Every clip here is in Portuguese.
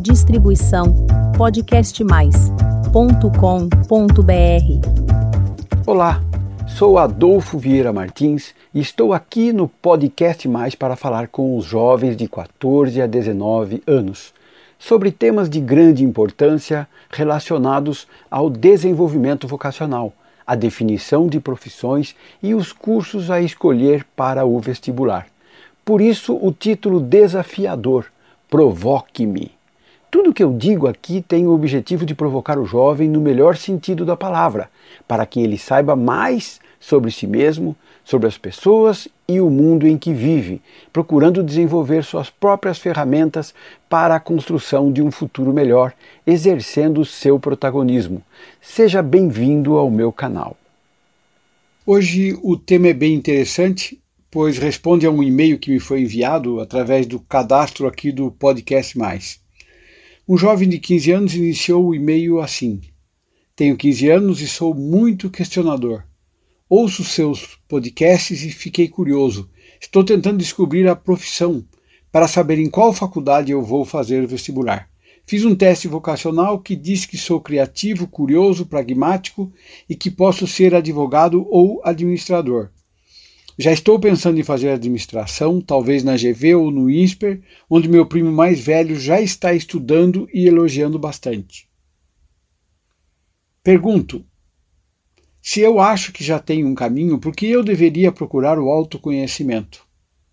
Distribuição podcastmais.com.br. Olá, sou Adolfo Vieira Martins e estou aqui no Podcast Mais para falar com os jovens de 14 a 19 anos sobre temas de grande importância relacionados ao desenvolvimento vocacional, a definição de profissões e os cursos a escolher para o vestibular. Por isso o título desafiador, Provoque-me. Tudo que eu digo aqui tem o objetivo de provocar o jovem no melhor sentido da palavra, para que ele saiba mais sobre si mesmo, sobre as pessoas e o mundo em que vive, procurando desenvolver suas próprias ferramentas para a construção de um futuro melhor, exercendo seu protagonismo. Seja bem-vindo ao meu canal. Hoje o tema é bem interessante, pois responde a um e-mail que me foi enviado através do cadastro aqui do Podcast Mais. Um jovem de 15 anos iniciou o e-mail assim: Tenho 15 anos e sou muito questionador. Ouço seus podcasts e fiquei curioso. Estou tentando descobrir a profissão para saber em qual faculdade eu vou fazer o vestibular. Fiz um teste vocacional que diz que sou criativo, curioso, pragmático e que posso ser advogado ou administrador. Já estou pensando em fazer administração, talvez na GV ou no INSPER, onde meu primo mais velho já está estudando e elogiando bastante. Pergunto: se eu acho que já tenho um caminho, por que eu deveria procurar o autoconhecimento?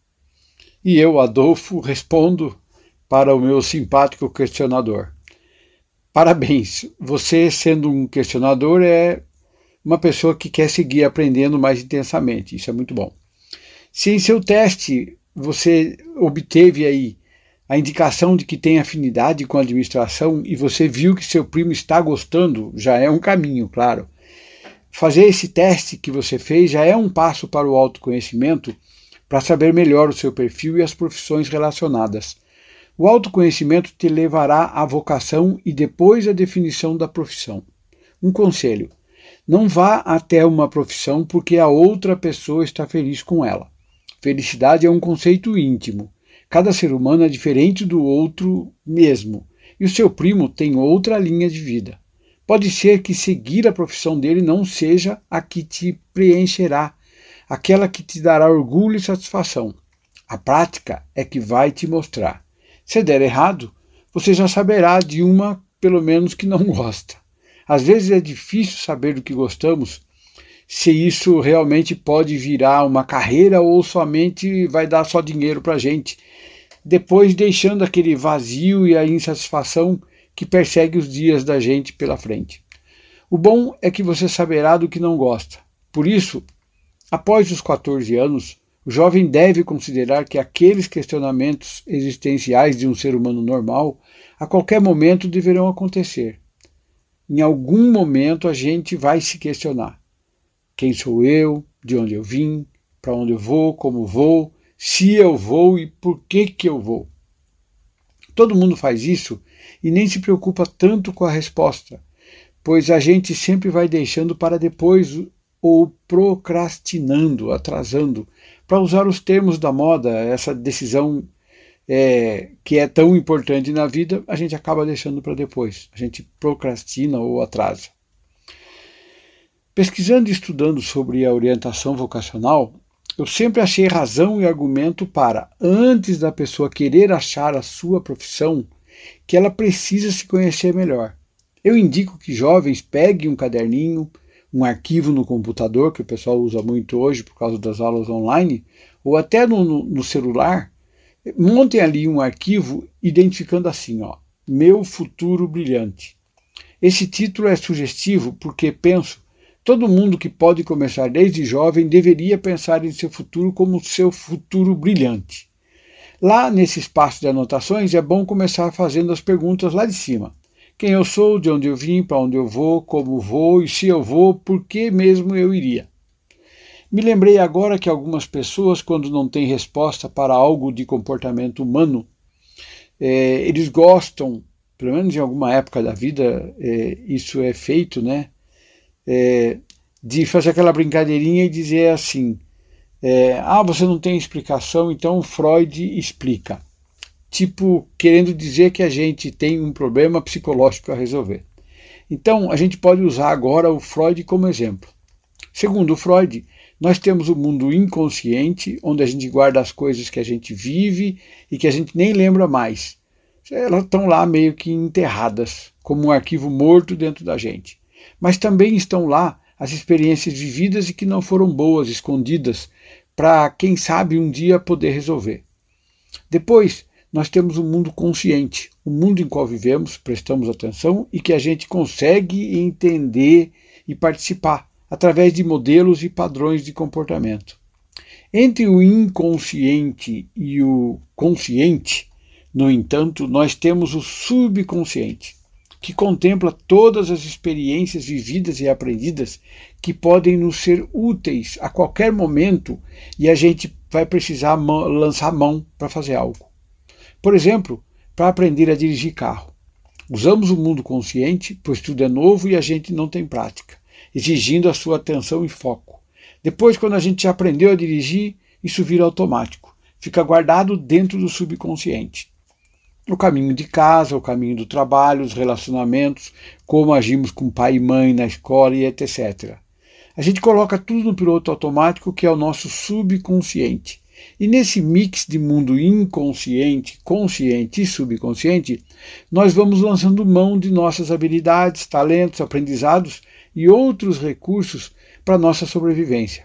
E eu, Adolfo, respondo para o meu simpático questionador: parabéns, você sendo um questionador é uma pessoa que quer seguir aprendendo mais intensamente, isso é muito bom. Se em seu teste você obteve aí a indicação de que tem afinidade com a administração e você viu que seu primo está gostando, já é um caminho, claro. Fazer esse teste que você fez já é um passo para o autoconhecimento, para saber melhor o seu perfil e as profissões relacionadas. O autoconhecimento te levará à vocação e depois à definição da profissão. Um conselho: não vá até uma profissão porque a outra pessoa está feliz com ela. Felicidade é um conceito íntimo. Cada ser humano é diferente do outro mesmo, e o seu primo tem outra linha de vida. Pode ser que seguir a profissão dele não seja a que te preencherá, aquela que te dará orgulho e satisfação. A prática é que vai te mostrar. Se der errado, você já saberá de uma, pelo menos, que não gosta. Às vezes é difícil saber do que gostamos, se isso realmente pode virar uma carreira ou somente vai dar só dinheiro para a gente, depois deixando aquele vazio e a insatisfação que persegue os dias da gente pela frente. O bom é que você saberá do que não gosta. Por isso, após os 14 anos, o jovem deve considerar que aqueles questionamentos existenciais de um ser humano normal, a qualquer momento deverão acontecer. Em algum momento a gente vai se questionar: quem sou eu, de onde eu vim, para onde eu vou, como vou, se eu vou e por que eu vou. Todo mundo faz isso e nem se preocupa tanto com a resposta, pois a gente sempre vai deixando para depois ou procrastinando, atrasando, para usar os termos da moda. Essa decisão que é tão importante na vida, a gente acaba deixando para depois. A gente procrastina ou atrasa. Pesquisando e estudando sobre a orientação vocacional, eu sempre achei razão e argumento para, antes da pessoa querer achar a sua profissão, que ela precisa se conhecer melhor. Eu indico que jovens peguem um caderninho, um arquivo no computador, que o pessoal usa muito hoje por causa das aulas online, ou até no celular. Montem ali um arquivo identificando assim, Meu Futuro Brilhante. Esse título é sugestivo porque penso, todo mundo que pode começar desde jovem deveria pensar em seu futuro como seu futuro brilhante. Lá nesse espaço de anotações é bom começar fazendo as perguntas lá de cima. Quem eu sou, de onde eu vim, para onde eu vou, como vou e se eu vou, por que mesmo eu iria. Me lembrei agora que algumas pessoas, quando não têm resposta para algo de comportamento humano, eles gostam, pelo menos em alguma época da vida, isso é feito, né? De fazer aquela brincadeirinha e dizer assim, você não tem explicação, então Freud explica. tipo querendo dizer que a gente tem um problema psicológico a resolver. Então, a gente pode usar agora o Freud como exemplo. Segundo o Freud, nós temos o mundo inconsciente, onde a gente guarda as coisas que a gente vive e que a gente nem lembra mais. Elas estão lá meio que enterradas, como um arquivo morto dentro da gente. Mas também estão lá as experiências vividas e que não foram boas, escondidas, para, quem sabe, um dia poder resolver. Depois, nós temos o mundo consciente, o mundo em qual vivemos, prestamos atenção e que a gente consegue entender e participar através de modelos e padrões de comportamento. Entre o inconsciente e o consciente, no entanto, nós temos o subconsciente, que contempla todas as experiências vividas e aprendidas que podem nos ser úteis a qualquer momento e a gente vai precisar lançar mão para fazer algo. Por exemplo, para aprender a dirigir carro. Usamos o mundo consciente, pois tudo é novo e a gente não tem prática, exigindo a sua atenção e foco. Depois, quando a gente já aprendeu a dirigir, isso vira automático, fica guardado dentro do subconsciente. O caminho de casa, o caminho do trabalho, os relacionamentos, como agimos com pai e mãe na escola e etc. A gente coloca tudo no piloto automático, que é o nosso subconsciente. E nesse mix de mundo inconsciente, consciente e subconsciente, nós vamos lançando mão de nossas habilidades, talentos, aprendizados e outros recursos para nossa sobrevivência.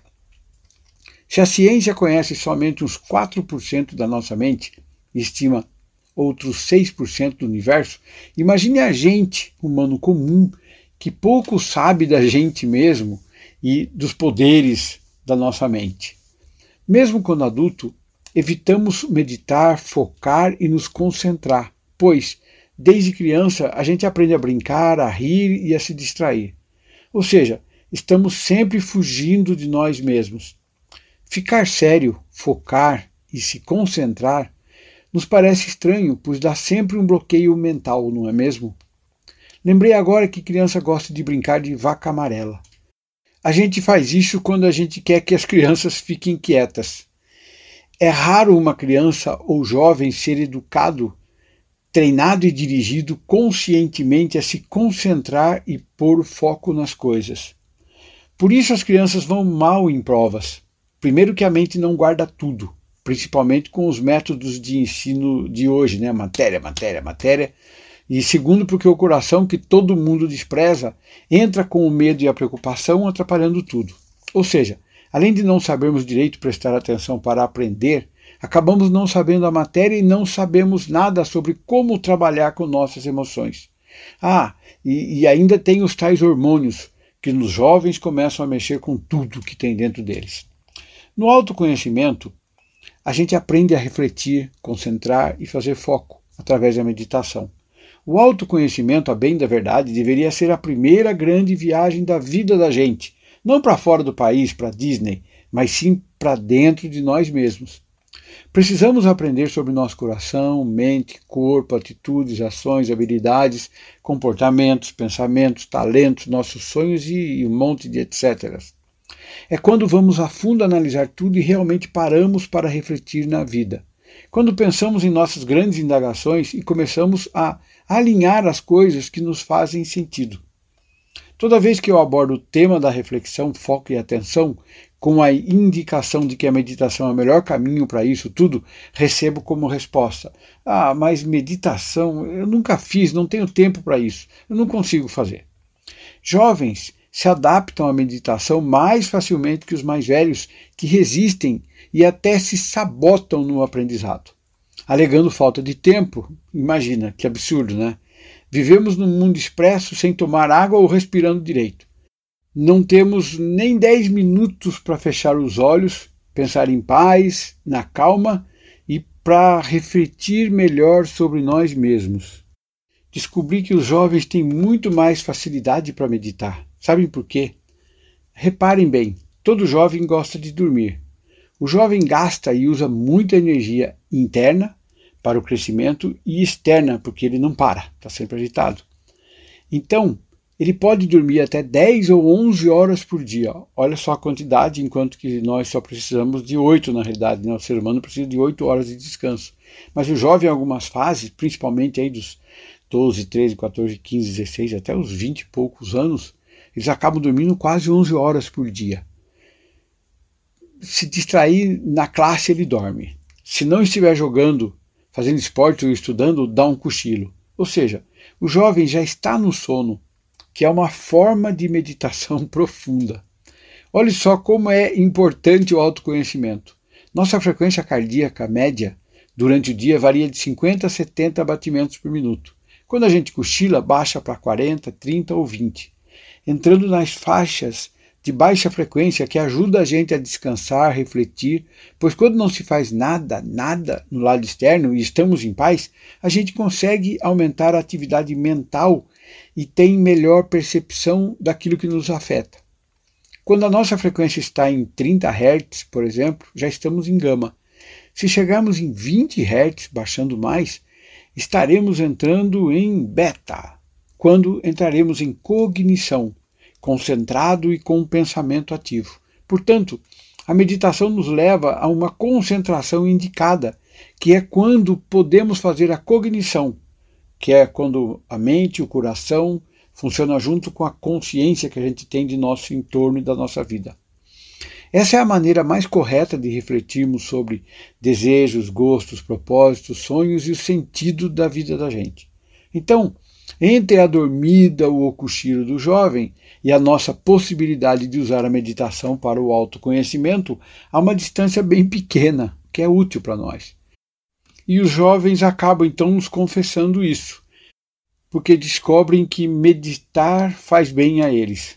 Se a ciência conhece somente uns 4% da nossa mente e estima outros 6% do universo, imagine a gente, humano comum, que pouco sabe da gente mesmo e dos poderes da nossa mente. Mesmo quando adulto, evitamos meditar, focar e nos concentrar, pois, desde criança, a gente aprende a brincar, a rir e a se distrair. Ou seja, estamos sempre fugindo de nós mesmos. Ficar sério, focar e se concentrar nos parece estranho, pois dá sempre um bloqueio mental, não é mesmo? Lembrei agora que criança gosta de brincar de vaca amarela. A gente faz isso quando a gente quer que as crianças fiquem quietas. É raro uma criança ou jovem ser educado, treinado e dirigido conscientemente a se concentrar e pôr foco nas coisas. Por isso as crianças vão mal em provas. Primeiro que a mente não guarda tudo, principalmente com os métodos de ensino de hoje, né? Matéria. E segundo, porque o coração, que todo mundo despreza, entra com o medo e a preocupação, atrapalhando tudo. Ou seja, além de não sabermos direito prestar atenção para aprender, acabamos não sabendo a matéria e não sabemos nada sobre como trabalhar com nossas emoções. E ainda tem os tais hormônios, que nos jovens começam a mexer com tudo que tem dentro deles. No autoconhecimento, a gente aprende a refletir, concentrar e fazer foco através da meditação. O autoconhecimento, a bem da verdade, deveria ser a primeira grande viagem da vida da gente, não para fora do país, para Disney, mas sim para dentro de nós mesmos. Precisamos aprender sobre nosso coração, mente, corpo, atitudes, ações, habilidades, comportamentos, pensamentos, talentos, nossos sonhos e um monte de etc. É quando vamos a fundo analisar tudo e realmente paramos para refletir na vida. Quando pensamos em nossas grandes indagações e começamos a alinhar as coisas que nos fazem sentido. Toda vez que eu abordo o tema da reflexão, foco e atenção, com a indicação de que a meditação é o melhor caminho para isso tudo, recebo como resposta: mas meditação eu nunca fiz, não tenho tempo para isso, eu não consigo fazer. Jovens se adaptam à meditação mais facilmente que os mais velhos, que resistem e até se sabotam no aprendizado, alegando falta de tempo. Imagina, que absurdo, né? Vivemos num mundo expresso sem tomar água ou respirando direito. Não temos nem 10 minutos para fechar os olhos, pensar em paz, na calma e para refletir melhor sobre nós mesmos. Descobri que os jovens têm muito mais facilidade para meditar. Sabem por quê? Reparem bem, todo jovem gosta de dormir. O jovem gasta e usa muita energia interna para o crescimento e externa, porque ele não para, está sempre agitado. Então, ele pode dormir até 10 ou 11 horas por dia. Olha só a quantidade, enquanto que nós só precisamos de 8 na realidade, né? O ser humano precisa de 8 horas de descanso. Mas o jovem, em algumas fases, principalmente aí dos 12, 13, 14, 15, 16, até os 20 e poucos anos, eles acabam dormindo quase 11 horas por dia. Se distrair na classe, ele dorme. Se não estiver jogando, fazendo esporte ou estudando, dá um cochilo. Ou seja, o jovem já está no sono, que é uma forma de meditação profunda. Olhe só como é importante o autoconhecimento. Nossa frequência cardíaca média durante o dia varia de 50 a 70 batimentos por minuto. Quando a gente cochila, baixa para 40, 30 ou 20, entrando nas faixas de baixa frequência que ajuda a gente a descansar, refletir, pois quando não se faz nada no lado externo e estamos em paz, a gente consegue aumentar a atividade mental e tem melhor percepção daquilo que nos afeta. Quando a nossa frequência está em 30 Hz, por exemplo, já estamos em gama. Se chegarmos em 20 Hz, baixando mais, estaremos entrando em beta, quando entraremos em cognição, concentrado e com um pensamento ativo. Portanto, a meditação nos leva a uma concentração indicada, que é quando podemos fazer a cognição, que é quando a mente e o coração funcionam junto com a consciência que a gente tem de nosso entorno e da nossa vida. Essa é a maneira mais correta de refletirmos sobre desejos, gostos, propósitos, sonhos e o sentido da vida da gente. Então, entre a dormida ou o cochilo do jovem e a nossa possibilidade de usar a meditação para o autoconhecimento, há uma distância bem pequena, que é útil para nós. E os jovens acabam então nos confessando isso, porque descobrem que meditar faz bem a eles.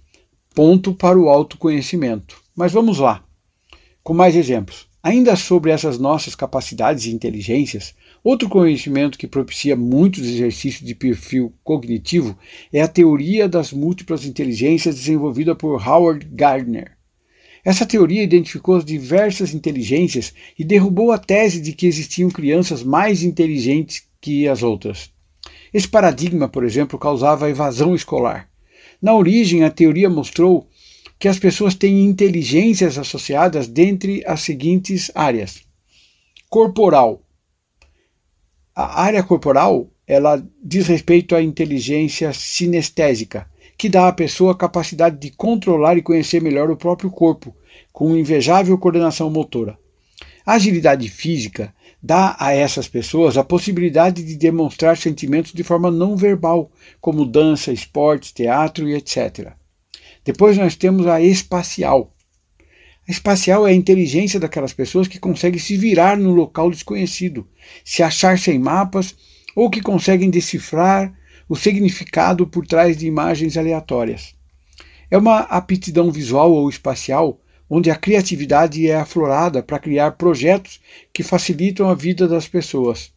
Ponto para o autoconhecimento. Mas vamos lá, com mais exemplos. Ainda sobre essas nossas capacidades e inteligências, outro conhecimento que propicia muitos exercícios de perfil cognitivo é a teoria das múltiplas inteligências desenvolvida por Howard Gardner. Essa teoria identificou as diversas inteligências e derrubou a tese de que existiam crianças mais inteligentes que as outras. Esse paradigma, por exemplo, causava evasão escolar. Na origem, a teoria mostrou que as pessoas têm inteligências associadas dentre as seguintes áreas. Corporal. A área corporal, ela diz respeito à inteligência sinestésica, que dá à pessoa a capacidade de controlar e conhecer melhor o próprio corpo, com invejável coordenação motora. A agilidade física dá a essas pessoas a possibilidade de demonstrar sentimentos de forma não verbal, como dança, esportes, teatro e etc. Depois nós temos a espacial. A espacial é a inteligência daquelas pessoas que conseguem se virar no local desconhecido, se achar sem mapas ou que conseguem decifrar o significado por trás de imagens aleatórias. É uma aptidão visual ou espacial onde a criatividade é aflorada para criar projetos que facilitam a vida das pessoas.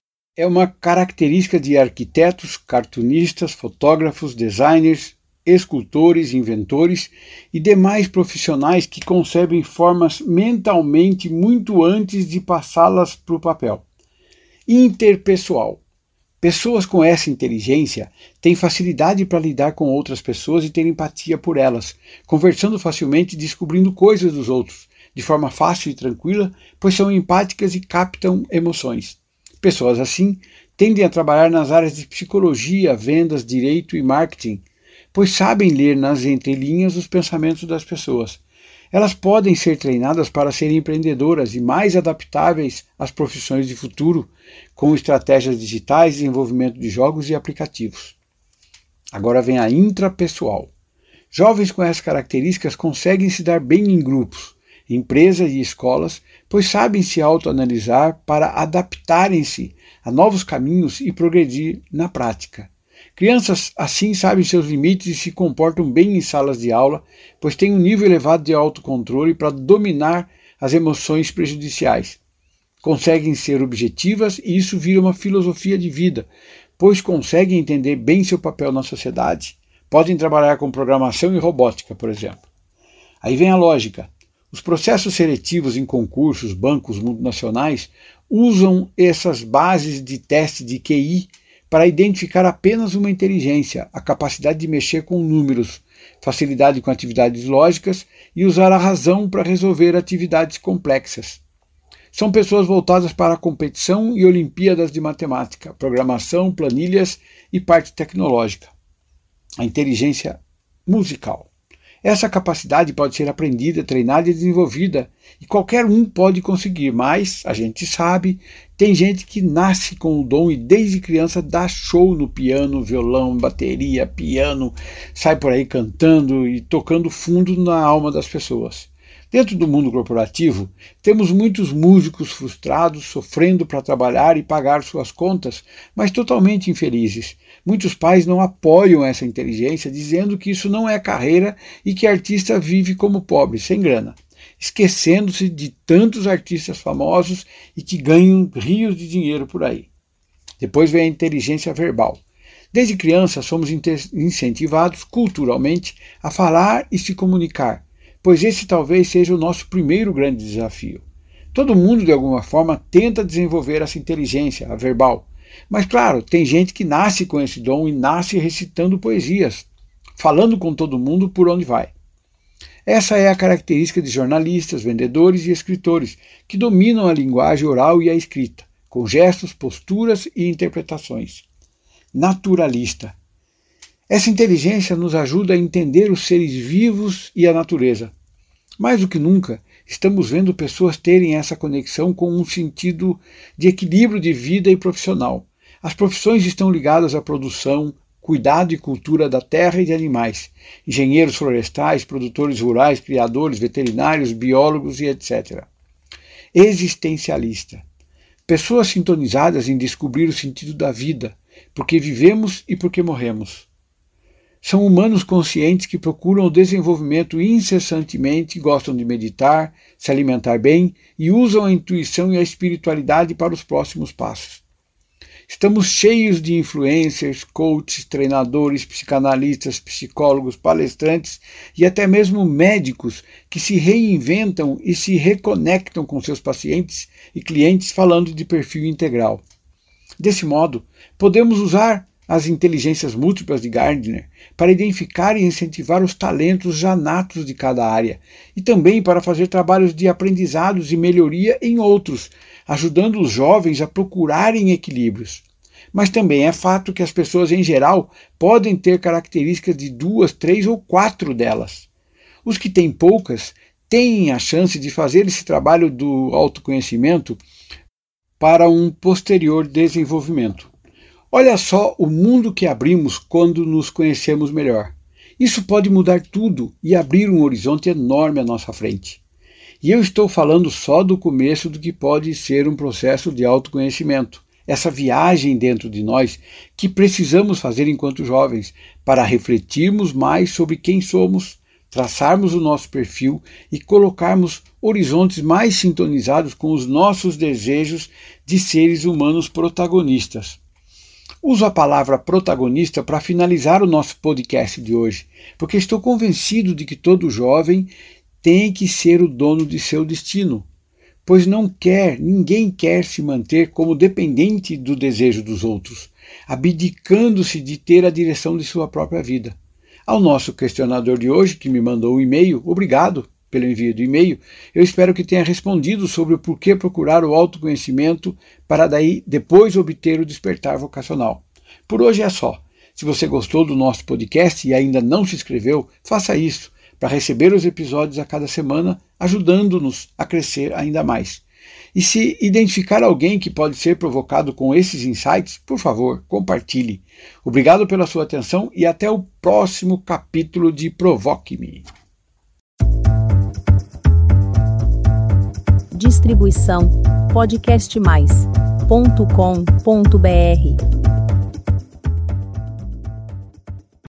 É uma característica de arquitetos, cartunistas, fotógrafos, designers, escultores, inventores e demais profissionais que concebem formas mentalmente muito antes de passá-las para o papel. Interpessoal. Pessoas com essa inteligência têm facilidade para lidar com outras pessoas e ter empatia por elas, conversando facilmente e descobrindo coisas dos outros, de forma fácil e tranquila, pois são empáticas e captam emoções. Pessoas assim tendem a trabalhar nas áreas de psicologia, vendas, direito e marketing, pois sabem ler nas entrelinhas os pensamentos das pessoas. Elas podem ser treinadas para serem empreendedoras e mais adaptáveis às profissões de futuro, com estratégias digitais, desenvolvimento de jogos e aplicativos. Agora vem a intrapessoal. Jovens com essas características conseguem se dar bem em grupos, empresas e escolas, pois sabem se autoanalisar para adaptarem-se a novos caminhos e progredir na prática. Crianças assim sabem seus limites e se comportam bem em salas de aula, pois têm um nível elevado de autocontrole para dominar as emoções prejudiciais. Conseguem ser objetivas e isso vira uma filosofia de vida, pois conseguem entender bem seu papel na sociedade. Podem trabalhar com programação e robótica, por exemplo. Aí vem a lógica. Os processos seletivos em concursos, bancos multinacionais usam essas bases de teste de QI para identificar apenas uma inteligência, a capacidade de mexer com números, facilidade com atividades lógicas e usar a razão para resolver atividades complexas. São pessoas voltadas para a competição e Olimpíadas de matemática, programação, planilhas e parte tecnológica. A inteligência musical. Essa capacidade pode ser aprendida, treinada e desenvolvida, e qualquer um pode conseguir, mas, a gente sabe, tem gente que nasce com o dom e desde criança dá show no piano, violão, bateria, piano, sai por aí cantando e tocando fundo na alma das pessoas. Dentro do mundo corporativo, temos muitos músicos frustrados, sofrendo para trabalhar e pagar suas contas, mas totalmente infelizes. Muitos pais não apoiam essa inteligência, dizendo que isso não é carreira e que artista vive como pobre, sem grana, esquecendo-se de tantos artistas famosos e que ganham rios de dinheiro por aí. Depois vem a inteligência verbal. Desde criança somos incentivados culturalmente a falar e se comunicar, pois esse talvez seja o nosso primeiro grande desafio. Todo mundo, de alguma forma, tenta desenvolver essa inteligência, a verbal. Mas, claro, tem gente que nasce com esse dom e nasce recitando poesias, falando com todo mundo por onde vai. Essa é a característica de jornalistas, vendedores e escritores, que dominam a linguagem oral e a escrita, com gestos, posturas e interpretações. Naturalista. Essa inteligência nos ajuda a entender os seres vivos e a natureza. Mais do que nunca, estamos vendo pessoas terem essa conexão com um sentido de equilíbrio de vida e profissional. As profissões estão ligadas à produção, cuidado e cultura da terra e de animais. Engenheiros florestais, produtores rurais, criadores, veterinários, biólogos e etc. Existencialista. Pessoas sintonizadas em descobrir o sentido da vida, porque vivemos e porque morremos. São humanos conscientes que procuram o desenvolvimento incessantemente, gostam de meditar, se alimentar bem e usam a intuição e a espiritualidade para os próximos passos. Estamos cheios de influencers, coaches, treinadores, psicanalistas, psicólogos, palestrantes e até mesmo médicos que se reinventam e se reconectam com seus pacientes e clientes falando de perfil integral. Desse modo, podemos usar as inteligências múltiplas de Gardner para identificar e incentivar os talentos já natos de cada área e também para fazer trabalhos de aprendizados e melhoria em outros, ajudando os jovens a procurarem equilíbrios. Mas também é fato que as pessoas em geral podem ter características de 2, 3 ou 4 delas. Os que têm poucas têm a chance de fazer esse trabalho do autoconhecimento para um posterior desenvolvimento. Olha só o mundo que abrimos quando nos conhecemos melhor. Isso pode mudar tudo e abrir um horizonte enorme à nossa frente. E eu estou falando só do começo do que pode ser um processo de autoconhecimento, essa viagem dentro de nós que precisamos fazer enquanto jovens para refletirmos mais sobre quem somos, traçarmos o nosso perfil e colocarmos horizontes mais sintonizados com os nossos desejos de seres humanos protagonistas. Uso a palavra protagonista para finalizar o nosso podcast de hoje, porque estou convencido de que todo jovem tem que ser o dono de seu destino, pois ninguém quer se manter como dependente do desejo dos outros, abdicando-se de ter a direção de sua própria vida. Ao nosso questionador de hoje, que me mandou um e-mail, obrigado pelo envio do e-mail, eu espero que tenha respondido sobre o porquê procurar o autoconhecimento para daí depois obter o despertar vocacional. Por hoje é só. Se você gostou do nosso podcast e ainda não se inscreveu, faça isso para receber os episódios a cada semana, ajudando-nos a crescer ainda mais. E se identificar alguém que pode ser provocado com esses insights, por favor, compartilhe. Obrigado pela sua atenção e até o próximo capítulo de Provoque-me. Distribuição podcastmais.com.br